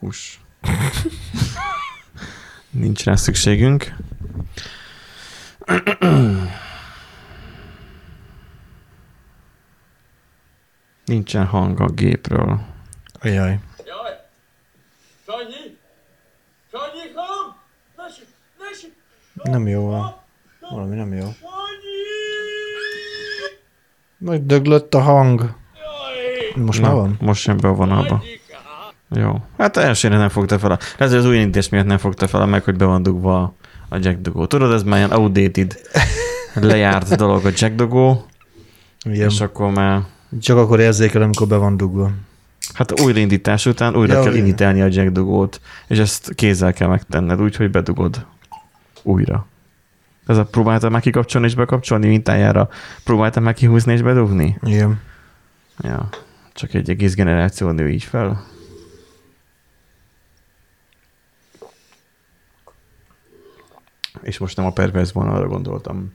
fókusz. Nincs rá szükségünk. Nincsen hang a gépről. Jaj. Jaj! Sanyi! Sanyikám! Nem jó van. Valami nem jó. Sanyi! Megdöglött a hang. Jaj! Most már van? Most sem be a vonalba. Sanyikám! Jó. Hát elsőre nem fogta fel. Lehet, hogy az új indítés miatt nem fogta fel, meg hogy be van dugva a jack dugó. Tudod, ez már ilyen outdated, lejárt dolog a jack dugó, Igen. és akkor már... Csak akkor érzékel, amikor be van dugva. Hát újraindítás után újra kell indítálni a jack dugót, és ezt kézzel kell megtenned úgy, hogy bedugod újra. Ez a próbáltam már kikapcsolni és bekapcsolni mintájára? Próbáltam már kihúzni és bedugni? Igen. Ja, csak egy egész generáció nő így fel. És most nem a perverz vonalra gondoltam.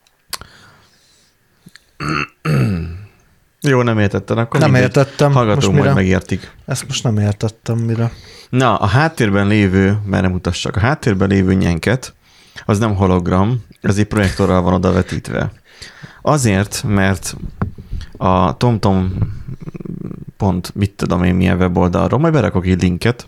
Jó, nem értettem. Akkor Nem mindegy. értettem. Hallgatók Most majd mire? megértik. Ezt most nem értettem, mire. Na, a háttérben lévő, mert nem mutassak, a háttérben lévő nyenket, az nem hologram, az egy projektorral van odavetítve. Azért, mert a TomTom mit tudom én milyen weboldalról, majd berakok egy linket.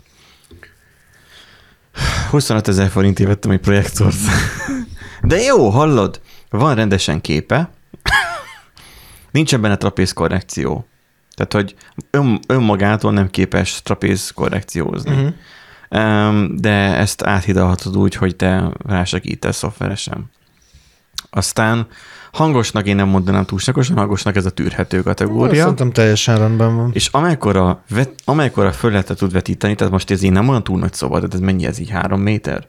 25 000 forintért vettem egy projektort. De jó, hallod? Van rendesen képe, nincsen benne trapéz korrekció. Tehát, hogy önmagától nem képes trapéz korrekciózni. Uh-huh. De ezt áthidalhatod úgy, hogy te rásegítesz szoftveresen. Aztán hangosnak én nem mondanám túlságosan, hangosnak ez a tűrhető kategória. Szerintem teljesen rendben van. És amekkora földletre tud vetíteni, tehát most ez így nem olyan túl nagy szoba, tehát ez mennyi ez így 3 méter?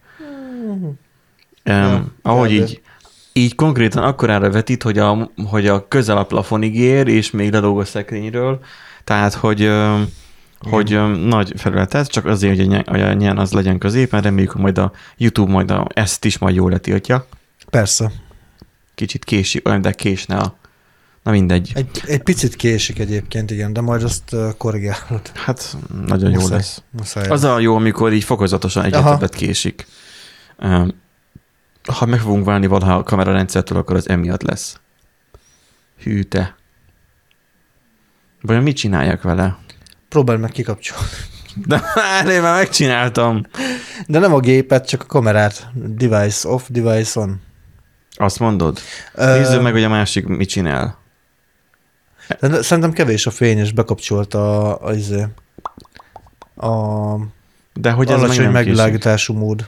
Ahogy így konkrétan akkorára vetít, hogy a közel a plafonig ér, és még ledolg a szekrényről, tehát hogy nagy felületet, csak azért, hogy a nyelv az legyen középen, reméljük, hogy majd a YouTube ezt is majd jól letiltja. Persze. Kicsit késik, olyan, de késne na mindegy. Egy picit késik egyébként, igen, de majd azt korrigálod. Hát nagyon jó lesz. Muszáj. Az a jó, amikor így fokozatosan egyre többet késik. Ha meg fogunk válni valaha a kamerarendszertől, akkor az emiatt lesz. Hű te. Vajon mit csináljak vele? Próbáld meg kikapcsolni. De én már megcsináltam. De nem a gépet, csak a kamerát. Device off, device on. Azt mondod? Nézzük meg, hogy a másik mit csinál. De szerintem kevés a fény, és bekapcsolt de hogy ez alacsony meg megvilágítású mód.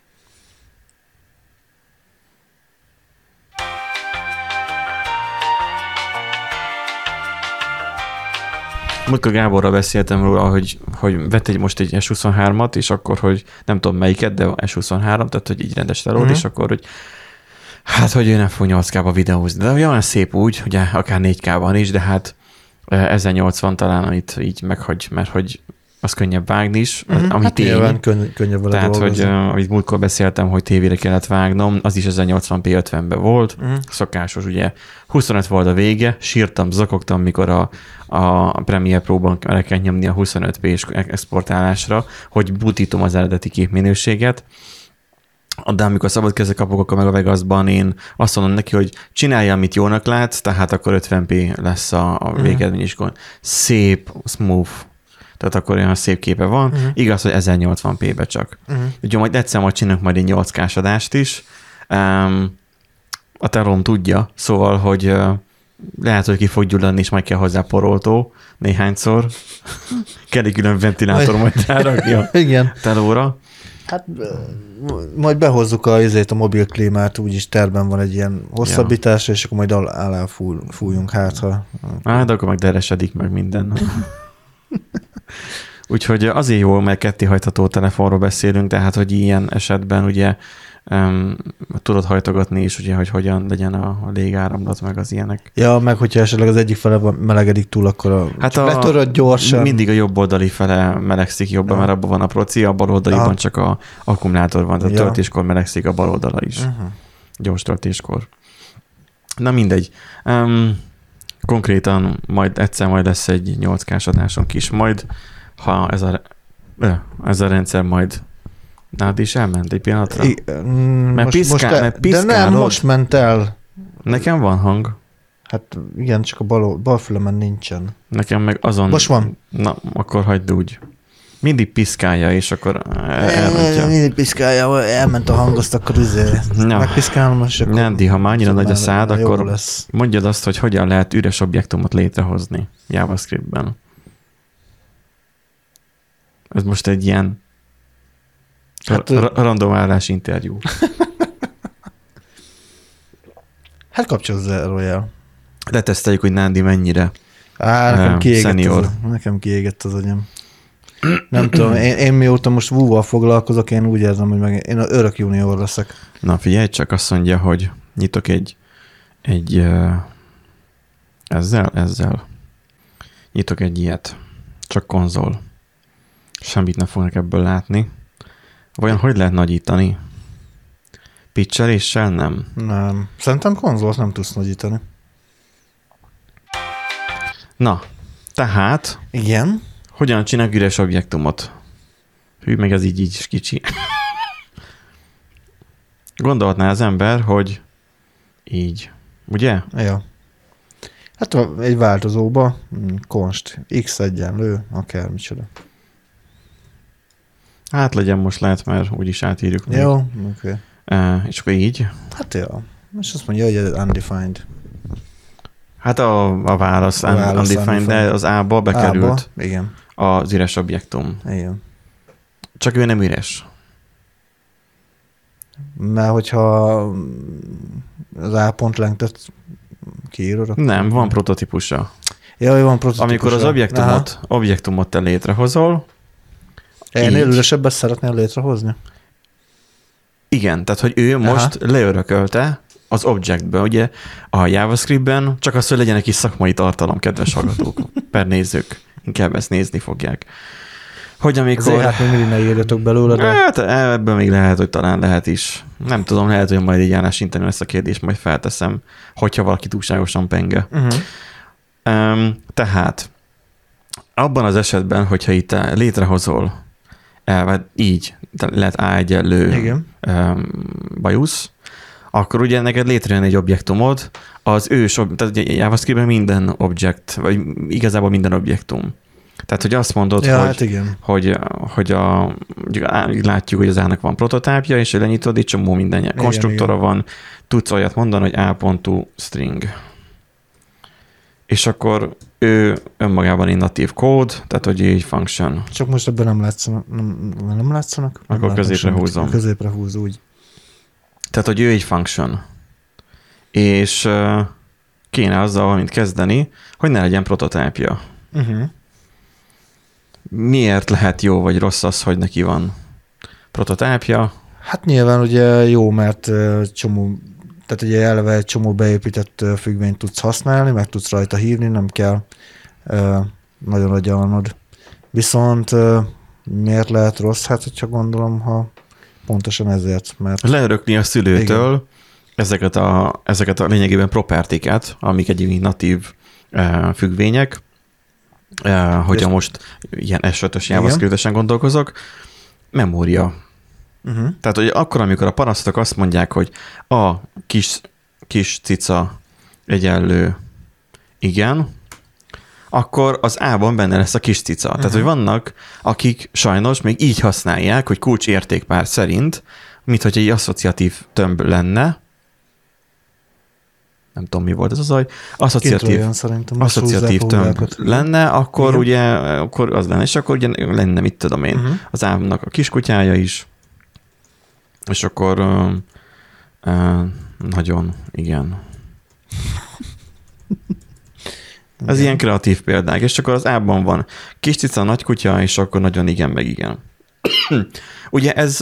Múltkor Gáborral beszéltem róla, hogy vett most egy S23-at, és akkor, hogy nem tudom melyiket, de S23, tehát hogy így rendes telód, és akkor, hogy hát, hogy ő nem fog 8K-ba videózni. De olyan szép úgy, ugye akár 4K-ban is, de hát 1080 talán, amit így meghagy, mert hogy az könnyebb vágni is, ami hát tény. Nyilván könnyebb vele Tehát, dolgozni. hogy amit múltkor beszéltem, hogy tévére kellett vágnom, az is 1080p 50-ben volt, szokásos, ugye 25 volt a vége, sírtam, zakogtam, mikor a Premiere Pro-ban le kell nyomni a 25p-s exportálásra, hogy butítom az eredeti képminőséget, de amikor szabad kezre kapok, akkor meg a Vegasban én azt mondom neki, hogy csinálja, amit jónak látsz, tehát akkor 50p lesz a végeredmény is. Szép, smooth, tehát akkor olyan szép képe van. Igaz, hogy 1080p-be csak. Ugye majd egyszer majd csinálunk majd egy 8K-s adást is. A telóm tudja, szóval, hogy lehet, hogy ki fog gyulladni, és majd kell hozzá poroltó néhányszor. Kell egy külön ventilátor majd rárakni a telóra. Hát majd behozzuk a mobil klímát, úgyis terben van egy ilyen hosszabbítás, és akkor majd alá fújunk hátra. De akkor meg deresedik meg minden. Úgyhogy azért jó, mert kettéhajtható telefonról beszélünk, tehát hogy ilyen esetben ugye tudod hajtogatni is, ugye, hogy hogyan legyen a légáramlat, meg az ilyenek. Ja, meg hogyha esetleg az egyik fele melegedik túl, akkor letöröd gyorsan. Mindig a jobb oldali fele melegszik jobban, mert abban van a proci, a bal oldaliban csak a akkumulátor van, tehát töltéskor melegszik a bal oldala is. Gyors töltéskor. Na mindegy. Konkrétan egyszer lesz egy 8K-s adásunk is, majd ha ez a Ez a rendszer majd nálad is elment egy pillanatra? Mert de piszkálod. nem, most ment el. Nekem van hang. Hát igen, csak a bal fülemen nincsen. Nekem meg azon... Most van. Na, akkor hagyd úgy. Mindig piszkálja, és akkor elrontja. Mindig piszkálja, elment a hang, azt akkor megpiszkálom, és akkor... Nandi, ha már annyira nagy a szád, akkor lesz. mondjad azt, hogy hogyan lehet üres objektumot létrehozni JavaScriptben. Ez most egy ilyen random állás interjú. Hát kapcsolsz Zero-jel. Leteszteljük, hogy Nandi mennyire nekem kiégett az agyam. Nem tudom, én mióta most Vue-val foglalkozok, én úgy érzem, hogy én az örök junior leszek. Na figyelj, csak azt mondja, hogy nyitok ezzel. Nyitok egy ilyet. Csak konzol. Semmit nem fognak ebből látni. Vajon hogy lehet nagyítani? Pitcheléssel nem? Nem. Szerintem konzolt nem tudsz nagyítani. Na, tehát... Igen? Hogyan csinálok üres objektumot? Hű, meg ez így is kicsi. Gondolhatná az ember, hogy így. Ugye? Ja. Hát egy változóba const x egyenlő, akármicsoda. Hát legyen most lehet, mert úgyis átírjuk. Jó, oké. És akkor így. Hát jó. És azt mondja, hogy undefined. Hát a válasz undefined, de az A-ba bekerült. A-ba, igen. Az üres objektum. Igen. Csak ő nem üres. Mert hogyha az A pont lengtet kiírod, akkor... Nem, van prototípusa. Ja, van prototípusa. Amikor az objektumot te létrehozol. Ennél üresebbet szeretnél létrehozni? Igen, tehát hogy ő most leörökölte az objectből, ugye a JavaScriptben csak az, hogy legyen egy kis szakmai tartalom, kedves hallgatók, per nézők, inkább ezt nézni fogják. Hogy amikor... Hát még mindig ne írjatok belőle, de... Hát ebből még lehet, hogy talán lehet is. Nem tudom, lehet, hogy majd így állás internet ezt a kérdést majd felteszem, hogyha valaki túlságosan penge. Tehát abban az esetben, hogyha itt létrehozol így, lehet A egyenlő bajusz, akkor ugye neked létrejön egy objektumod, az tehát JavaScriptben minden objekt, vagy igazából minden objektum. Tehát, hogy azt mondod, ja, hogy, hát igen. hogy látjuk, hogy az A-nak van prototípja, és lenyitod, egy csomó minden konstruktora van, tudsz olyat mondani, hogy A.string. És akkor ő önmagában egy natív kód, tehát, hogy egy function. Csak most ebben nem látszanak? Akkor középre húzom. Középre húz, úgy. Tehát, hogy ő egy function. És kéne azzal valamint kezdeni, hogy ne legyen prototípja. Miért lehet jó vagy rossz az, hogy neki van prototípja? Hát nyilván ugye jó, mert tehát ugye eleve egy csomó beépített függvényt tudsz használni, meg tudsz rajta hívni, nem kell nagyon agyalnod. Viszont miért lehet rossz? Hát, hogyha gondolom, ha pontosan ezért, mert... Leörökni a szülőtől ezeket a lényegében propertiket, amik egy natív függvények, hogyha most ilyen S5-ös JavaScript-esen gondolkozok, memória. Tehát, hogy akkor, amikor a parasztok azt mondják, hogy a kis cica egyenlő igen, akkor az A-ban benne lesz a kis cica. Tehát, hogy vannak, akik sajnos még így használják, hogy kulcs értékpár szerint, mint hogy egy asszociatív tömb lenne. Nem tudom, mi volt ez az zaj. Asszociatív tömb lenne, akkor igen. Ugye akkor az lenne, és akkor ugye lenne, mit tudom én, az A-nak a kiskutyája is, és akkor nagyon, igen. Ez ilyen kreatív példák, és akkor az A-ban van kis cica, nagy kutya, és akkor nagyon igen, meg igen. Ugye ez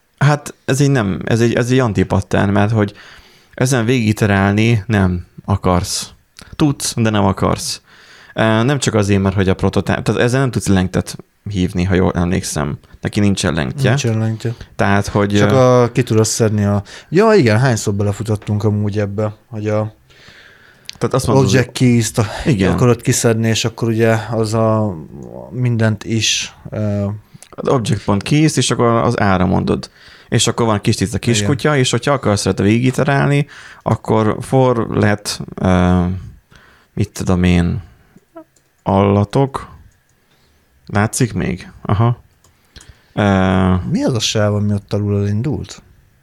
egy antipattern, mert hogy ezen végigiterálni nem akarsz. Tudsz, de nem akarsz. Nem csak azért, mert hogy a prototíp, tehát ezzel nem tudsz lengtet hívni, ha jól emlékszem. Neki nincsen lengtje. Nincsen lengtje. Tehát, hogy... Csak ki tudod szedni a... Ja, igen, hányszor belefutottunk amúgy ebbe, hogy a tehát azt mondod, object keys-t akarod kiszedni, és akkor ugye az a mindent is object.keys, és akkor az ára mondod. És akkor van kis tiszta kiskutya, és hogyha akarsz rajta végigiterálni, akkor for let, mit tudom én, allatok. Látszik még? Aha. Mi az a sáv, ami ott alul elindult?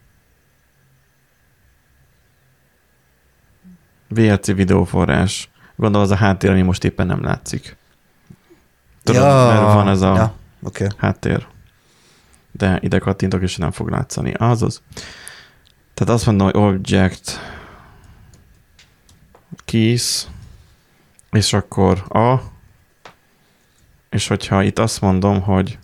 VLC videóforrás. Gondolom az a háttér, ami most éppen nem látszik. Tudom, mert van ez a háttér. De ide kattintok, és nem fog látszani. Azaz. Tehát azt mondom, hogy object keys, és akkor és hogyha itt azt mondom, hogy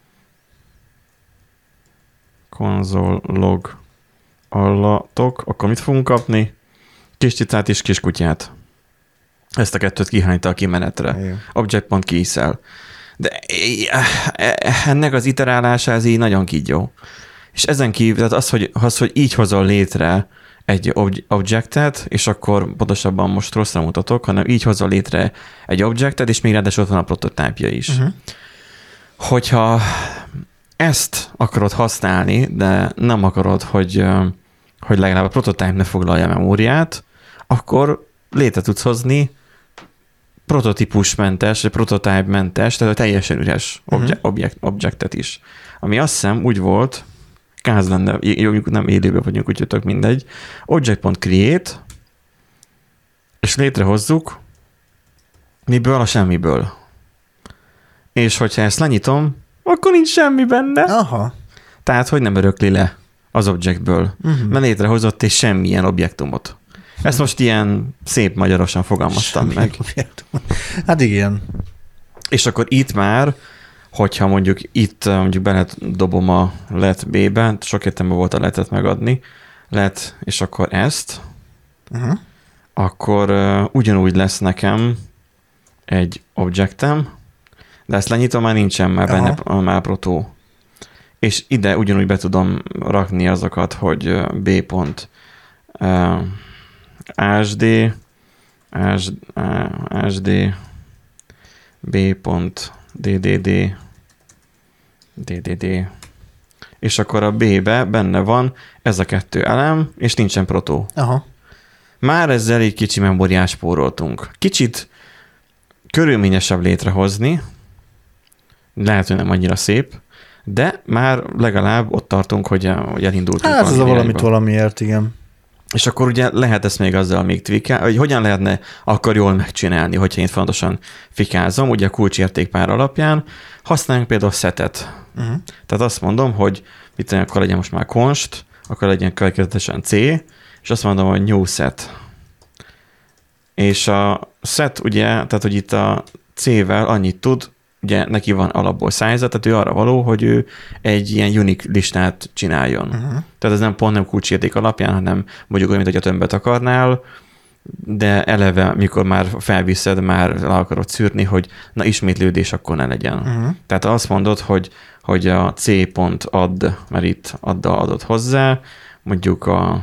console log allatok, akkor mit fogunk kapni? Kis cicát és kis kutyát. Ezt a kettőt kihányta a kimenetre. Object.keys-el. De ennek az iterálása ez így nagyon kígyó. És ezen kívül, tehát hogy így hozol létre egy objectet, és akkor pontosabban most rosszra mutatok, hanem így hozol létre egy objectet, és még ráadásul ott van a prototípja is. Uh-huh. Hogyha ezt akarod használni, de nem akarod, hogy legalább a prototíp ne foglalja a memóriát, akkor létre tudsz hozni prototípusmentes, vagy prototype-mentes, tehát a teljesen üres objektet is. Ami azt hiszem úgy volt, káz lenne, nem élőben vagyunk, úgyhogy tök mindegy, object.create, és létrehozzuk miből a semmiből. És hogyha ezt lenyitom, akkor nincs semmi benne. Aha. Tehát, hogy nem örökli le az objectből, mert létrehozott egy semmilyen objektumot. Ezt most ilyen szép magyarosan fogalmaztam meg. Hát igen. És akkor itt már, hogyha mondjuk beledobom a let B-be, sok értelemben volt a letet megadni, let, és akkor ezt, akkor ugyanúgy lesz nekem egy objektem, de ezt lenyitom, már nincsen már benne már proto. És ide ugyanúgy be tudom rakni azokat, hogy b. asd, b.ddd, és akkor a B-be benne van ez a kettő elem, és nincsen proto. Aha. Már ezzel egy kicsi memóriát spóroltunk. Kicsit körülményesebb létrehozni, lehet, hogy nem annyira szép, de már legalább ott tartunk, hogy elindultunk. Hát ez a valamit valamiért, igen. És akkor ugye lehet ezt még azzal még tweakelni, hogy hogyan lehetne akkor jól megcsinálni, hogyha én fontosan fikázom, ugye a kulcsértékpár alapján használjunk például setet. Tehát azt mondom, hogy akkor legyen most már const, akkor legyen következetesen C, és azt mondom, hogy new set. És a set ugye, tehát hogy itt a C-vel annyit tud, ugye neki van alapból size, tehát ő arra való, hogy ő egy ilyen unique listát csináljon. Tehát ez nem pont nem kulcsérték alapján, hanem mondjuk olyan, mint hogy a tömböt akarnál, de eleve, mikor már felviszed, már le akarod szűrni, hogy na ismétlődés akkor ne legyen. Tehát azt mondod, hogy a c.add, mert itt addal adott hozzá, mondjuk a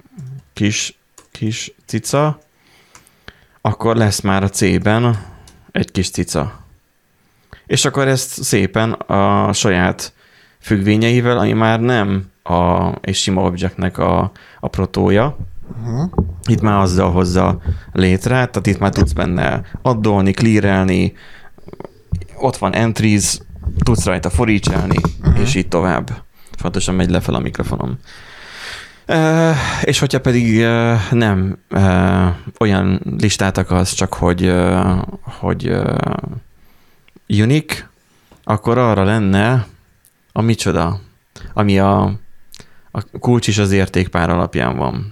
kis cica, akkor lesz már a C-ben egy kis cica. És akkor ezt szépen a saját függvényeivel, ami már nem egy sima objectnek a protója, itt már azzal hozza létre, tehát itt már tudsz benne addolni, clearelni, ott van entries, tudsz rajta foricselni, és így tovább. Fontosan megy lefelé a mikrofonom. És hogyha pedig nem olyan listát akarsz, csak hogy unique, akkor arra lenne a micsoda, ami a kulcs is az értékpár alapján van.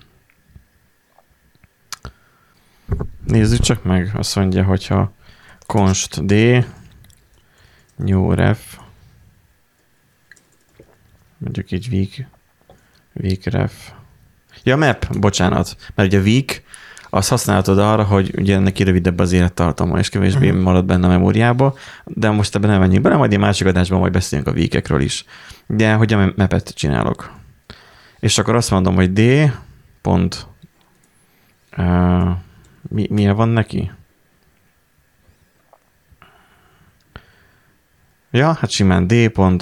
Nézzük csak meg, azt mondja, hogyha const d, new ref, mondjuk így weak ref. Ja, map, bocsánat, mert ugye weak, azt használhatod arra, hogy ugye ennek rövidebb az élettartama, és kevésbé marad benne a memóriába, de most ebben nem menjünk bele, majd egy másik adásban majd beszélünk a weakekről is. De hogy a mapet csinálok. És akkor azt mondom, hogy d. Milyen van neki? Ja, hát simán D pont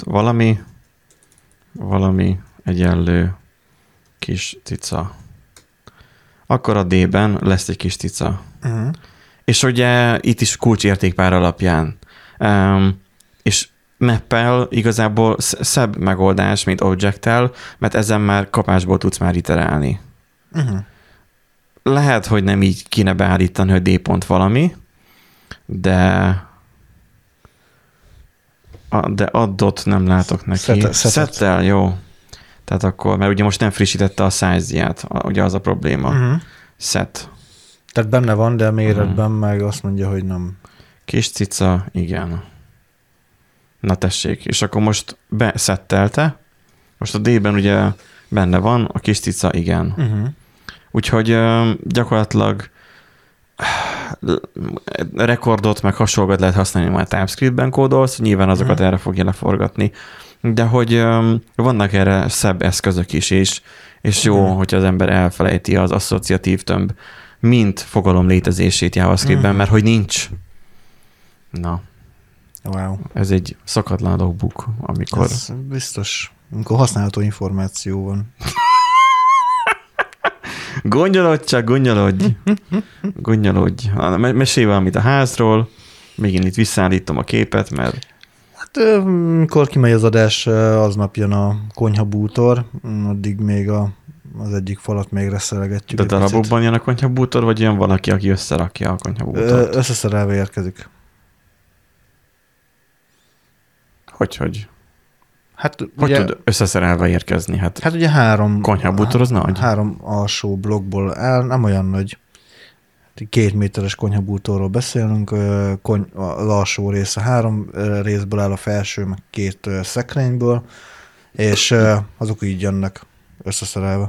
valami egyenlő kis cica. Akkor a D-ben lesz egy kis cica. Uh-huh. És ugye itt is kulcsértékpár alapján. És mappel igazából szebb megoldás, mint object-tel, mert ezen már kapásból tudsz már iterálni. Uh-huh. Lehet, hogy nem így kéne beállítani, hogy D pont valami, de addot nem látok neki. Settel, jó. Tehát akkor, mert ugye most nem frissítette a size-ját, ugye az a probléma. Uh-huh. Set. Tehát benne van, de méretben meg azt mondja, hogy nem. Kis cica, igen. Na tessék, és akkor most beszettelte, most a D-ben ugye benne van, a kis cica, igen. Uh-huh. Úgyhogy gyakorlatilag rekordot, meg hasonlókat lehet használni, már TypeScript-ben kódolsz, nyilván azokat erre fogja leforgatni. De hogy vannak erre szebb eszközök is, és jó, hogy az ember elfelejti az asszociatív tömb mint fogalom létezését JavaScript-ben, mert hogy nincs. Na. Wow. Ez egy szakadlan logbook, amikor... Ez biztos, amikor használható információ van. Gondolodj. Mesélj valamit a házról, még én itt visszaállítom a képet, mert... Hát amikor kimegy az adás, aznap jön a konyhabútor, addig még az egyik falat még reszelgetjük. De darabokban jön a konyhabútor, vagy jön valaki, aki összerakja a konyhabútort? Összeszerelve érkezik. Hogy? Hát hogy ugye, tud összeszerelve érkezni? Hát ugye 3... konyhabútor az nagy? 3 alsó blokkból áll, nem olyan nagy. 2 méteres konyhabútorról beszélünk, az alsó része 3 részből áll, a felső meg 2 szekrényből, és azok így jönnek összeszerelve.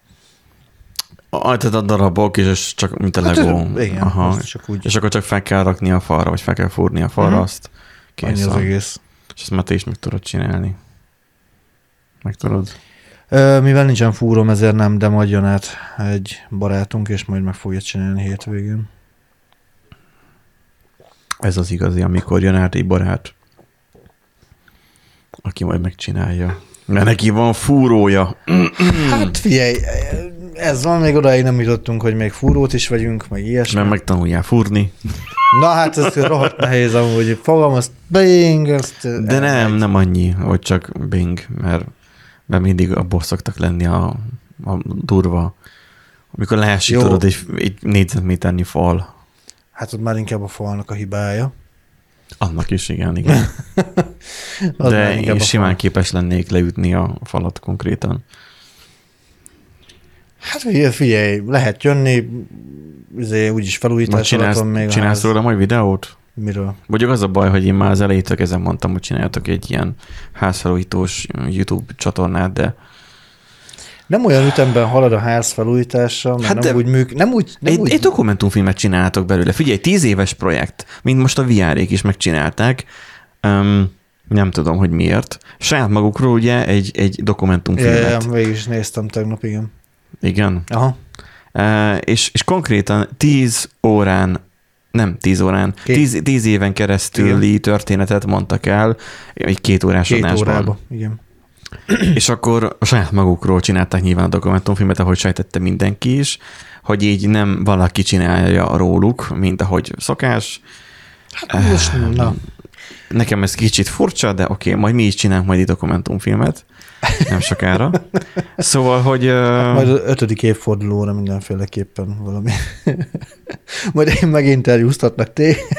Tehát a darabok, és csak mint a Lego. Hát, igen, aha. Csak úgy. És akkor csak fel kell rakni a falra, vagy fel kell fúrni a falra, azt kész. Annyi az egész. És ezt már te is meg tudod csinálni. Meg tudod? Mivel nincsen fúrom, ezért nem, de majd jön át egy barátunk, és majd meg fogja csinálni hétvégén. Ez az igazi, amikor jön át egy barát, aki majd megcsinálja. Mert neki van fúrója. Hát figyelj, ez van, még odáig nem jutottunk, hogy még fúrót is vegyünk, meg ilyesmi. Mert megtanuljál fúrni. Na hát ez rohadt nehéz amúgy, hogy fogom, azt bing, azt... De nem annyi, hogy csak bing, mert mindig abból szoktak lenni a durva. Amikor leesítod egy négyzetméternyi fal. Hát ott már inkább a falnak a hibája. Annak is, igen. De én simán képes lennék leütni a falat konkrétan. Hát figyelj, lehet jönni, úgyis felújítás alatt van még. Csinálsz róla majd videót? Miről? Mondjuk az a baj, hogy én már az elejétől ezen mondtam, hogy csináljatok egy ilyen házfelújítós YouTube csatornát, de... Nem olyan ütemben halad a ház felújítása, mert hát nem úgy működik. Egy dokumentumfilmet csináltok belőle. Figyelj, 10 éves projekt, mint most a VR-ék is megcsinálták. Nem tudom, hogy miért. Saját magukról ugye egy dokumentumfilmet. Ja, végig is néztem tegnap, igen. Igen? Aha. És konkrétan 10 órán, 10 éven keresztüli történetet mondtak el, egy 2 órás adásban. 2 órába, igen. És akkor a saját magukról csinálták nyilván a dokumentumfilmet, ahogy sejtette mindenki is, hogy így nem valaki csinálja róluk, mint ahogy szokás. Hát most na. Nekem ez kicsit furcsa, de oké, majd mi is csinálunk majd egy dokumentumfilmet, nem sokára. Szóval, hogy... Majd az 5. évfordulóra mindenféleképpen valami. Majd én meginterjúztatnak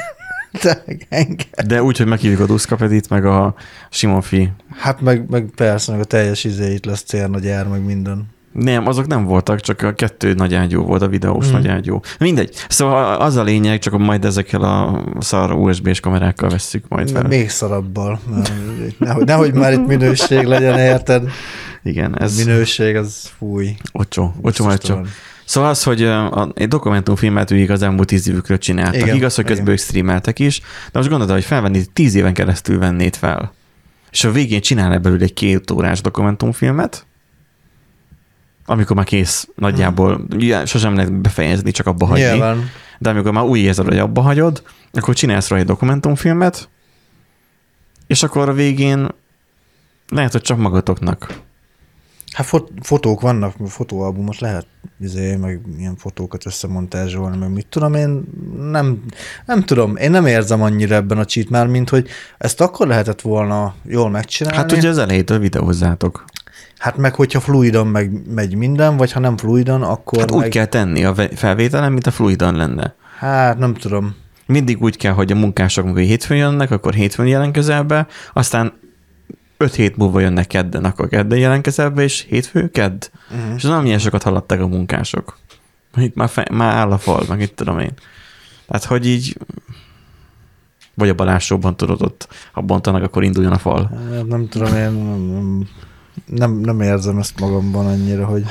De úgy, hogy meghívjuk a Duszkapedit, meg a Simonfi. Hát meg persze, meg a teljes izéit lesz cérnagyár, meg minden. Nem, azok nem voltak, csak a 2 nagy ágyú volt, a videós nagy ágyú. Mindegy. Szóval az a lényeg, csak majd ezekkel a szar USB-s kamerákkal vesszük majd fel. Még szarabbal. Nehogy már itt minőség legyen, érted? Igen, ez... Minőség, az fúj. Ocsó. Szóval az, hogy egy dokumentumfilmet ők az elmúlt 10 évükről csináltak. Igen, igaz, hogy közben ők streameltek is, de most gondolod, hogy felvenni 10 éven keresztül vennéd fel. És a végén csinálnál belőle egy 2 órás dokumentumfilmet, amikor már kész nagyjából, ugye, sosem lehet befejezni, csak abba hagyni. Nyilván. De amikor már úgy érzed, hogy abba hagyod, akkor csinálsz rá egy dokumentumfilmet, És akkor a végén lehet, hogy csak magatoknak. Hát fotók vannak, fotóalbumot lehet, meg ilyen fotókat összemontázsolni, meg mit tudom, én nem tudom, én nem érzem annyira ebben a cheat már, mint hogy ezt akkor lehetett volna jól megcsinálni. Hát ugye az elejétől videózzátok. Hát meg hogyha fluidon megy minden, vagy ha nem fluidon, akkor Hát úgy kell tenni a felvételen, mint a fluidon lenne. Hát nem tudom. Mindig úgy kell, hogy a munkások, amikor hétfőn jönnek, akkor hétfőn jelentkezel be, aztán 5 hét múlva jönnek kedden, akkor kedden jelentkezel be, és hétfő, kedd. Uh-huh. És nem ilyen sokat haladtak a munkások. Itt már áll a fal, meg itt tudom én. Tehát, hogy így vagy a Balázs-showban tudod ott, ha bontanak, akkor induljon a fal. Nem tudom, én nem érzem ezt magamban annyira, hogy...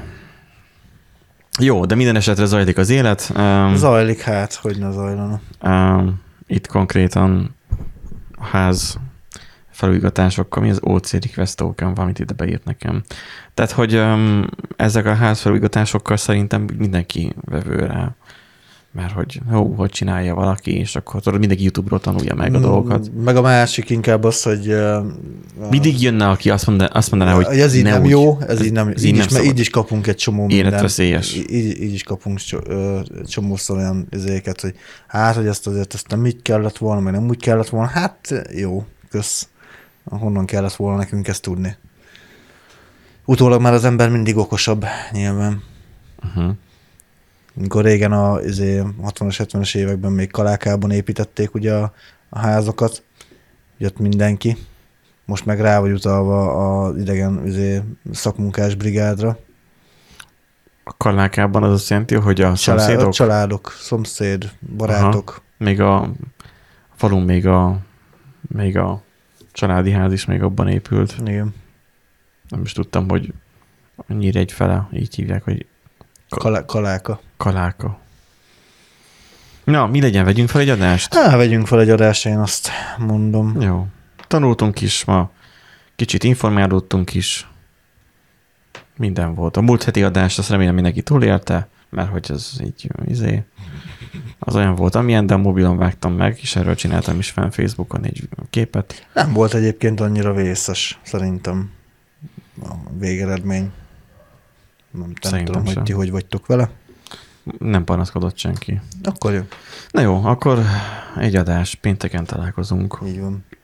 Jó, de minden esetre zajlik az élet. Zajlik, hát, hogy ne zajlana. Itt konkrétan a ház felújításokkal, mi az OC request token, valamit ide beírt nekem. Tehát, hogy ezek a ház felújításokkal szerintem mindenki vevő rá. Mert hogy csinálja valaki, és akkor tudod, mindenki YouTube-ról tanulja meg a dolgokat. Meg a másik inkább az, hogy... Mindig jönne, aki azt mondaná, hogy ez így nem úgy, jó, ez így nem, így is kapunk egy csomó mindent. Életveszélyes. Így is kapunk csomószor olyan izéket, hogy hát, hogy ezt nem így kellett volna, meg nem úgy kellett volna. Hát jó, kösz. Honnan kellett volna nekünk ezt tudni? Utólag már az ember mindig okosabb, nyilván. Uh-huh. Amikor régen a 60-as, 70-es években még Kalákában építették ugye a házakat, jött mindenki. Most meg rá vagy utalva az idegen szakmunkás brigádra. A Kalákában az azt jelenti, hogy a szomszédok? Családok, szomszéd, barátok. Aha. Még a falun még a családi ház is még abban épült. Igen. Nem is tudtam, hogy Nyíregyfele, így hívják, hogy Kaláka. Kaláka. Na, mi legyen, vegyünk fel egy adást? Vegyünk fel egy adást, én azt mondom. Jó. Tanultunk is ma, kicsit informálódtunk is. Minden volt. A múlt heti adást, azt remélem mindenki túlélte, mert hogy ez így az olyan volt, amilyen, de a mobilon vágtam meg, és erről csináltam is fenn Facebookon egy képet. Nem volt egyébként annyira vészes, szerintem a végeredmény. Nem tudom, hogy ti hogy vagytok vele. Nem panaszkodott senki. Akkor jó. Na jó, akkor egy adás, pénteken találkozunk. Így van.